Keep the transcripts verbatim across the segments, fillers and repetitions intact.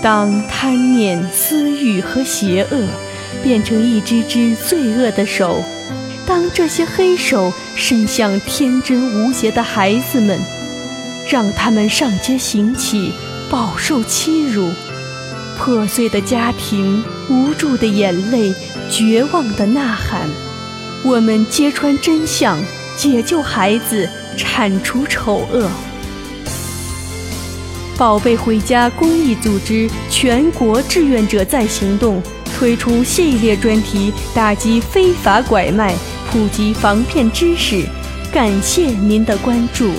当贪念、私欲和邪恶变成一只只罪恶的手，当这些黑手伸向天真无邪的孩子们，让他们上街行乞，饱受欺辱，破碎的家庭，无助的眼泪，绝望的呐喊，我们揭穿真相，解救孩子，铲除丑恶。宝贝回家公益组织全国志愿者在行动推出系列专题，打击非法拐卖，普及防骗知识，感谢您的关注。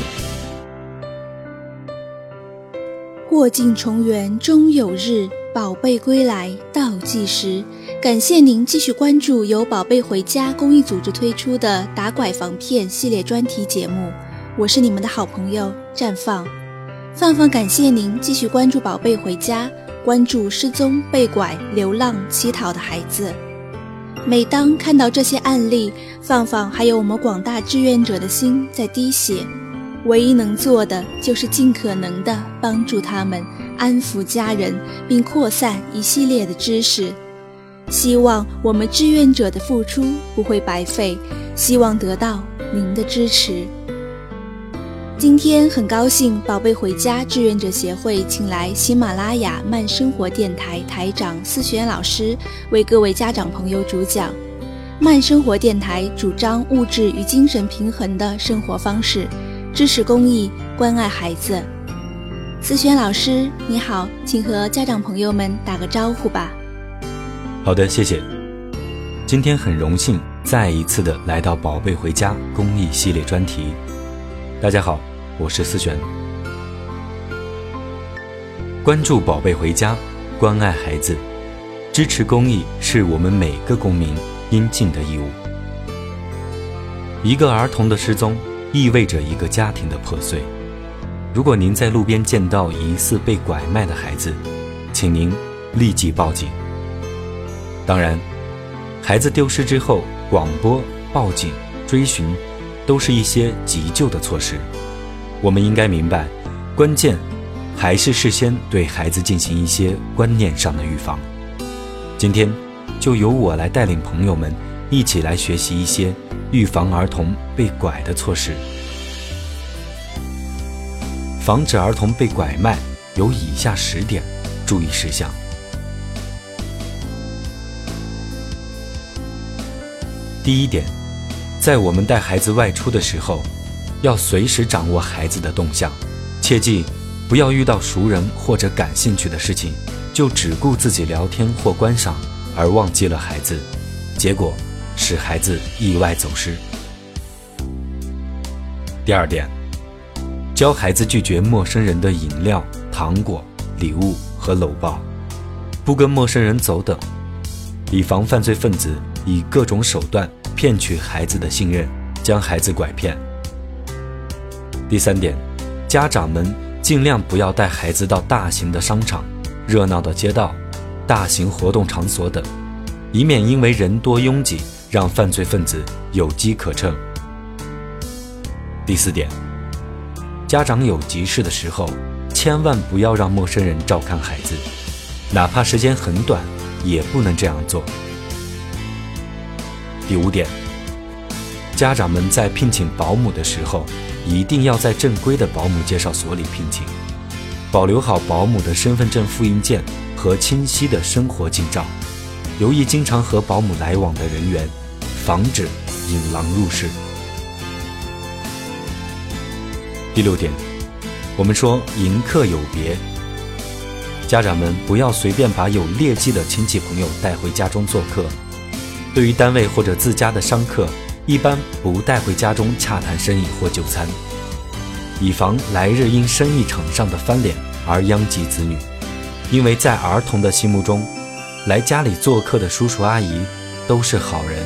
过尽重圆终有日，宝贝归来倒计时。感谢您继续关注由宝贝回家公益组织推出的打拐防骗系列专题节目，我是你们的好朋友绽放。放放感谢您继续关注宝贝回家，关注失踪、被拐、流浪、乞讨的孩子。每当看到这些案例，放放还有我们广大志愿者的心在滴血，唯一能做的就是尽可能地帮助他们，安抚家人，并扩散一系列的知识。希望我们志愿者的付出不会白费，希望得到您的支持。今天很高兴宝贝回家志愿者协会请来喜马拉雅慢生活电台台长思璇老师为各位家长朋友主讲。慢生活电台主张物质与精神平衡的生活方式，支持公益，关爱孩子。思璇老师你好，请和家长朋友们打个招呼吧。 好的，谢谢。今天很荣幸再一次的来到宝贝回家公益系列专题。大家好，我是思璇。关注宝贝回家，关爱孩子，支持公益是我们每个公民应尽的义务。一个儿童的失踪意味着一个家庭的破碎。如果您在路边见到疑似被拐卖的孩子，请您立即报警。当然，孩子丢失之后，广播、报警、追寻都是一些急救的措施。我们应该明白，关键还是事先对孩子进行一些观念上的预防。今天就由我来带领朋友们一起来学习一些预防儿童被拐的措施。防止儿童被拐卖有以下十点注意事项。第一点，在我们带孩子外出的时候，要随时掌握孩子的动向，切记不要遇到熟人或者感兴趣的事情，就只顾自己聊天或观赏，而忘记了孩子，结果使孩子意外走失。第二点，教孩子拒绝陌生人的饮料、糖果、礼物和搂抱，不跟陌生人走等，以防犯罪分子以各种手段骗取孩子的信任，将孩子拐骗。第三点，家长们尽量不要带孩子到大型的商场、热闹的街道、大型活动场所等，以免因为人多拥挤，让犯罪分子有机可乘。第四点，家长有急事的时候，千万不要让陌生人照看孩子，哪怕时间很短，也不能这样做。第五点，家长们在聘请保姆的时候，一定要在正规的保姆介绍所里聘请，保留好保姆的身份证复印件和清晰的生活近照，留意经常和保姆来往的人员，防止引狼入室。第六点，我们说迎客有别，家长们不要随便把有劣迹的亲戚朋友带回家中做客。对于单位或者自家的商客，一般不带回家中洽谈生意或就餐，以防来日因生意场上的翻脸而殃及子女。因为在儿童的心目中，来家里做客的叔叔阿姨都是好人。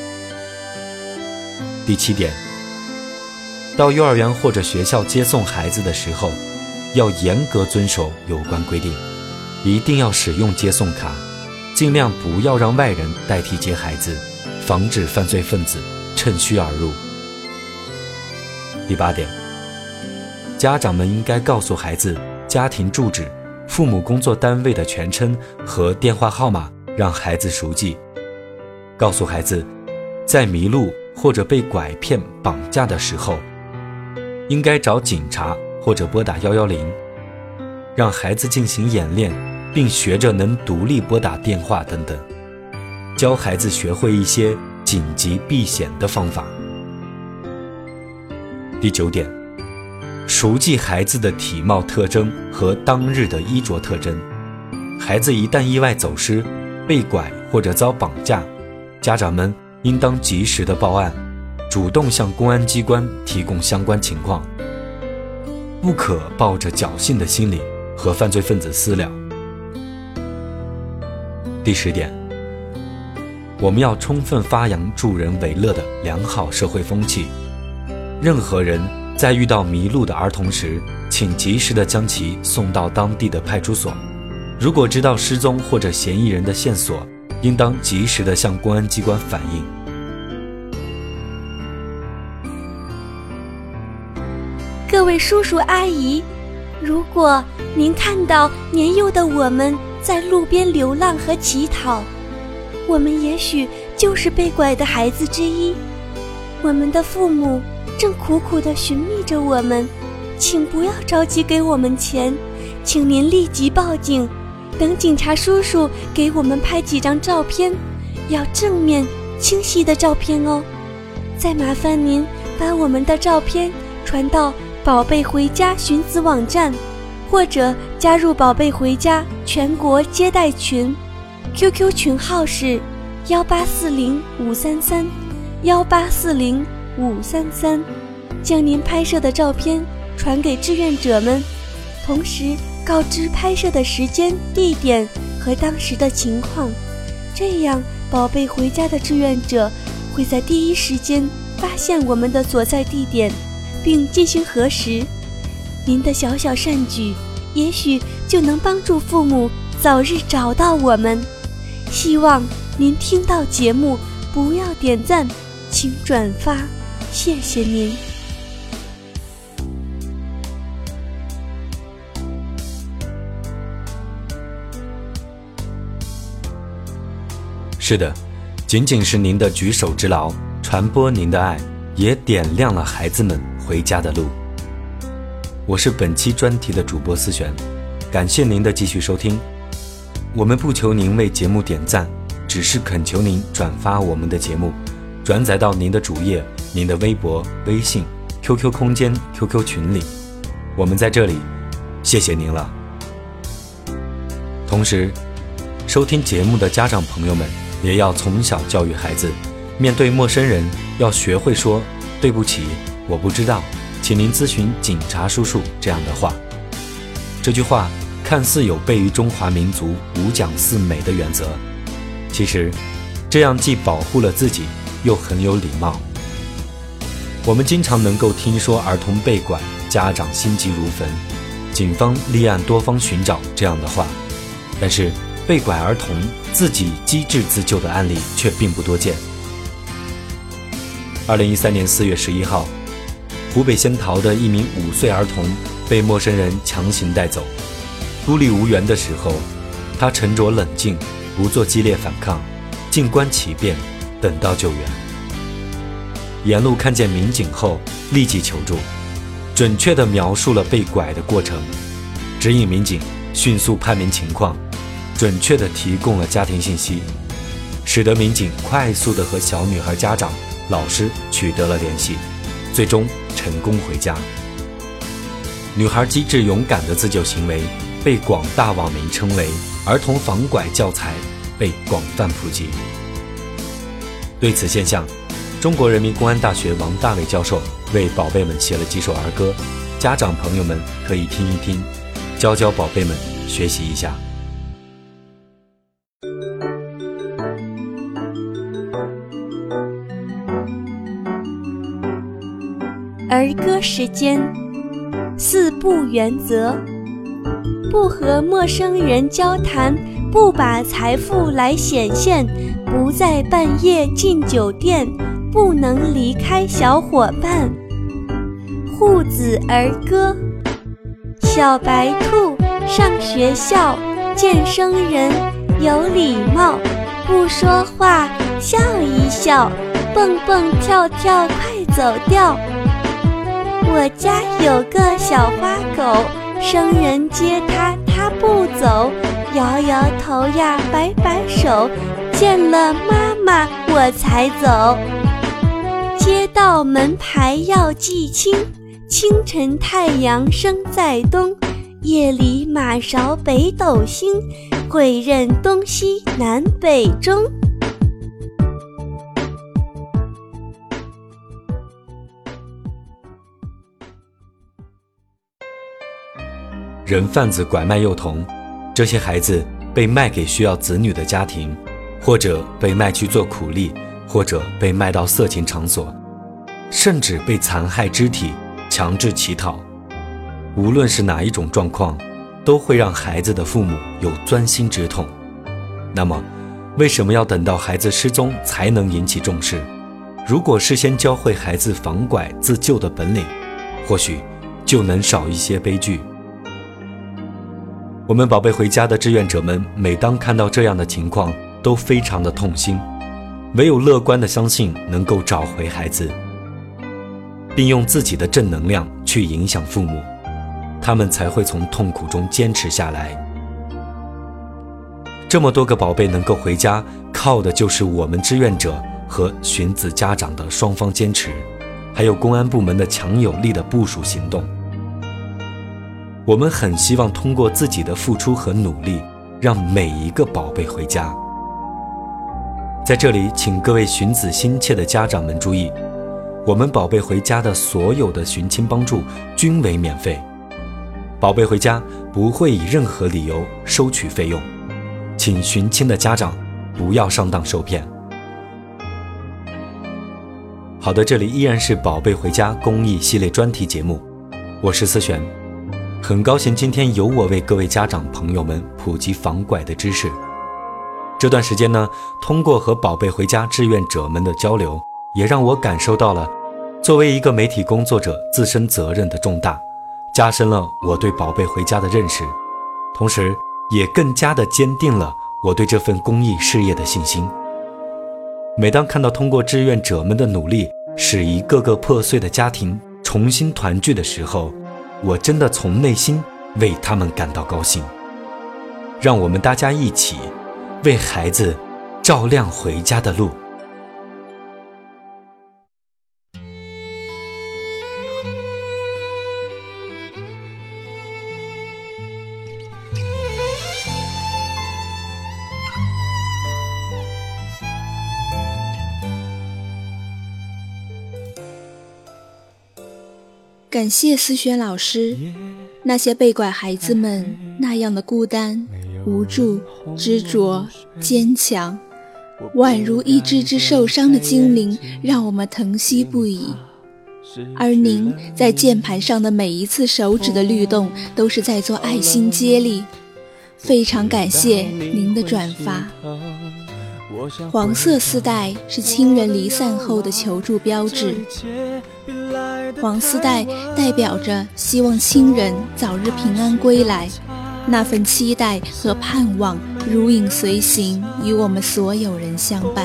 第七点，到幼儿园或者学校接送孩子的时候，要严格遵守有关规定，一定要使用接送卡，尽量不要让外人代替接孩子，防止犯罪分子趁虚而入。第八点，家长们应该告诉孩子家庭住址、 父母工作单位的全称和电话号码让孩子熟记，告诉孩子在迷路或者被拐骗绑架的时候应该找警察或者拨打一一零，让孩子进行演练，并学着能独立拨打电话等等，教孩子学会一些紧急避险的方法。第九点，熟记孩子的体貌特征和当日的衣着特征。孩子一旦意外走失、被拐或者遭绑架，家长们应当及时的报案，主动向公安机关提供相关情况，不可抱着侥幸的心理和犯罪分子私了。第十点，我们要充分发扬助人为乐的良好社会风气。任何人在遇到迷路的儿童时，请及时地将其送到当地的派出所。如果知道失踪或者嫌疑人的线索，应当及时地向公安机关反映。 各位叔叔阿姨，如果您看到年幼的我们在路边流浪和乞讨，我们也许就是被拐的孩子之一，我们的父母正苦苦地寻觅着我们，请不要着急给我们钱，请您立即报警，等警察叔叔给我们拍几张照片，要正面清晰的照片哦。再麻烦您把我们的照片传到宝贝回家寻子网站，或者加入宝贝回家全国接待群， Q Q 群号是幺八四零五三三幺八四零五三三，将您拍摄的照片传给志愿者们，同时告知拍摄的时间、地点和当时的情况，这样宝贝回家的志愿者会在第一时间发现我们的所在地点，并进行核实。您的小小善举也许就能帮助父母早日找到我们。希望您听到节目不要点赞，请转发，谢谢您。 是的，仅仅是您的举手之劳，传播您的爱，也点亮了孩子们回家的路。我是本期专题的主播思璇，感谢您的继续收听。我们不求您为节目点赞，只是恳求您转发我们的节目，转载到您的主页、您的微博、微信、Q Q 空间、Q Q 群里。我们在这里，谢谢您了。同时，收听节目的家长朋友们也要从小教育孩子，面对陌生人要学会说对不起，我不知道，请您咨询警察叔叔这样的话。这句话看似有悖于中华民族五讲四美的原则，其实这样既保护了自己，又很有礼貌。我们经常能够听说儿童被拐，家长心急如焚，警方立案多方寻找这样的话，但是被拐儿童自己机智自救的案例却并不多见。二零一三年四月十一号，湖北仙桃的一名五岁儿童被陌生人强行带走，孤立无援的时候，他沉着冷静，不做激烈反抗，静观其变，等到救援。沿路看见民警后立即求助，准确地描述了被拐的过程，指引民警迅速判明情况，准确地提供了家庭信息，使得民警快速地和小女孩家长、老师取得了联系，最终成功回家。女孩机智勇敢的自救行为被广大网民称为儿童防拐教材，被广泛普及。对此现象，中国人民公安大学王大伟教授为宝贝们写了几首儿歌，家长朋友们可以听一听，教教宝贝们学习一下。 儿歌时间，四不原则：不和陌生人交谈，不把财富来显现，不在半夜进酒店，不能离开小伙伴。护子儿歌：小白兔上学校，见生人有礼貌，不说话笑一笑，蹦蹦跳跳快走掉。我家有个小花狗，生人接它它不走，摇摇头呀摆摆手，见了妈妈我才走。街道门牌要记清，清晨太阳升在东，夜里马勺北斗星，会认东西南北中。 人贩子拐卖幼童，这些孩子被卖给需要子女的家庭，或者被卖去做苦力，或者被卖到色情场所，甚至被残害肢体，强制乞讨。无论是哪一种状况，都会让孩子的父母有钻心之痛。那么，为什么要等到孩子失踪才能引起重视？如果事先教会孩子防拐自救的本领，或许就能少一些悲剧。我们宝贝回家的志愿者们，每当看到这样的情况，都非常的痛心。唯有乐观的相信能够找回孩子，并用自己的正能量去影响父母，他们才会从痛苦中坚持下来。这么多个宝贝能够回家，靠的就是我们志愿者和寻子家长的双方坚持，还有公安部门的强有力的部署行动。我们很希望通过自己的付出和努力，让每一个宝贝回家。在这里，请各位寻子心切的家长们注意，我们宝贝回家的所有的寻亲帮助均为免费，宝贝回家不会以任何理由收取费用，请寻亲的家长不要上当受骗。好的，这里依然是宝贝回家公益系列专题节目，我是思璇，很高兴今天由我为各位家长朋友们普及防拐的知识。这段时间呢，通过和宝贝回家志愿者们的交流，也让我感受到了作为一个媒体工作者自身责任的重大，加深了我对宝贝回家的认识，同时也更加的坚定了我对这份公益事业的信心。每当看到通过志愿者们的努力，使一个个破碎的家庭重新团聚的时候，我真的从内心为他们感到高兴。让我们大家一起为孩子照亮回家的路。 感谢思璇老师，那些被拐孩子们那样的孤单、无助、执着、坚强，宛如一只只受伤的精灵，让我们疼惜不已。而您在键盘上的每一次手指的律动，都是在做爱心接力，非常感谢您的转发。黄色丝带是亲人离散后的求助标志，黄丝带代表着希望亲人早日平安归来，那份期待和盼望如影随形，与我们所有人相伴。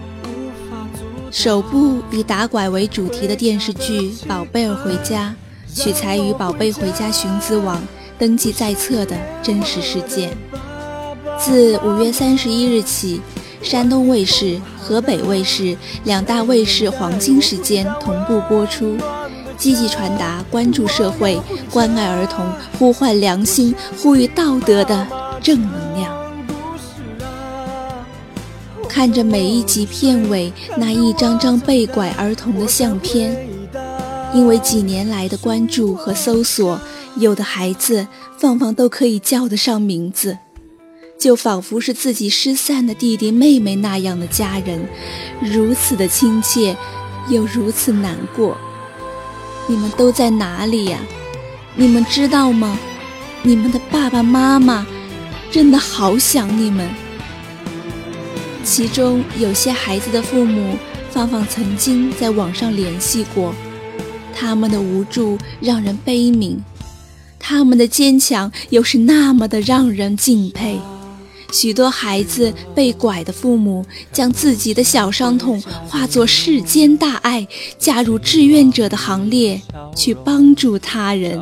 首部以打拐为主题的电视剧《宝贝儿回家》，取材于宝贝回家寻子网登记在册的真实事件。自五月三十一日起，山东卫视、河北卫视两大卫视黄金时间同步播出，积极传达关注社会、关爱儿童、呼唤良心、呼吁道德的正能量。看着每一集片尾那一张张被拐儿童的相片，因为几年来的关注和搜索，有的孩子放放都可以叫得上名字，就仿佛是自己失散的弟弟妹妹那样的家人，如此的亲切，又如此难过。你们都在哪里呀？你们知道吗？你们的爸爸妈妈真的好想你们。其中有些孩子的父母，芳芳曾经在网上联系过，他们的无助让人悲悯。 他们的坚强又是那么的让人敬佩。许多孩子被拐的父母将自己的小伤痛化作世间大爱，加入志愿者的行列，去帮助他人。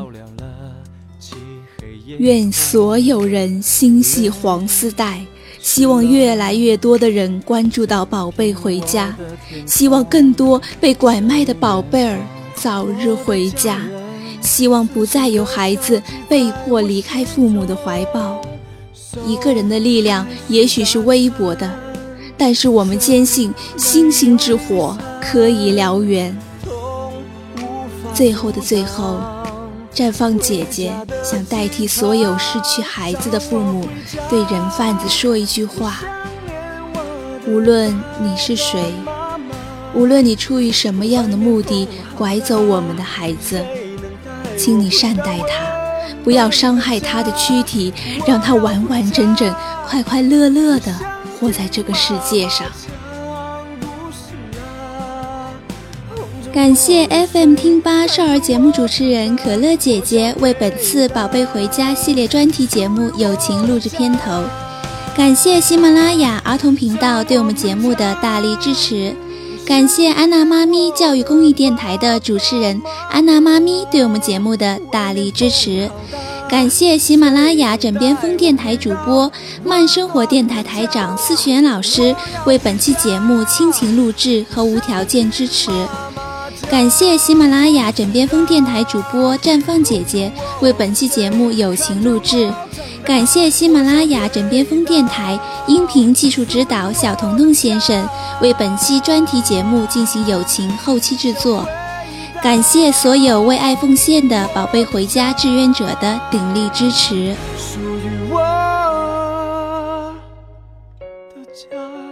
愿所有人心系黄丝带，希望越来越多的人关注到宝贝回家，希望更多被拐卖的宝贝儿早日回家，希望不再有孩子被迫离开父母的怀抱。一个人的力量也许是微薄的，但是我们坚信星星之火可以燎原。最后的最后，绽放姐姐想代替所有失去孩子的父母，对人贩子说一句话：无论你是谁，无论你出于什么样的目的拐走我们的孩子，请你善待他，不要伤害他的躯体，让他完完整整、快快乐乐地活在这个世界上。感谢 F M 听吧少儿节目主持人可乐姐姐为本次宝贝回家系列专题节目友情录制片头，感谢喜马拉雅儿童频道对我们节目的大力支持，感谢安娜妈咪教育公益电台的主持人安娜妈咪对我们节目的大力支持，感谢喜马拉雅枕边风电台主播慢生活电台台长思璇老师为本期节目倾情录制和无条件支持，感谢喜马拉雅枕边风电台主播绽放姐姐为本期节目友情录制，感谢喜马拉雅枕边风电台音频技术指导小彤彤先生为本期专题节目进行友情后期制作，感谢所有为爱奉献的宝贝回家志愿者的鼎力支持。属于我的家。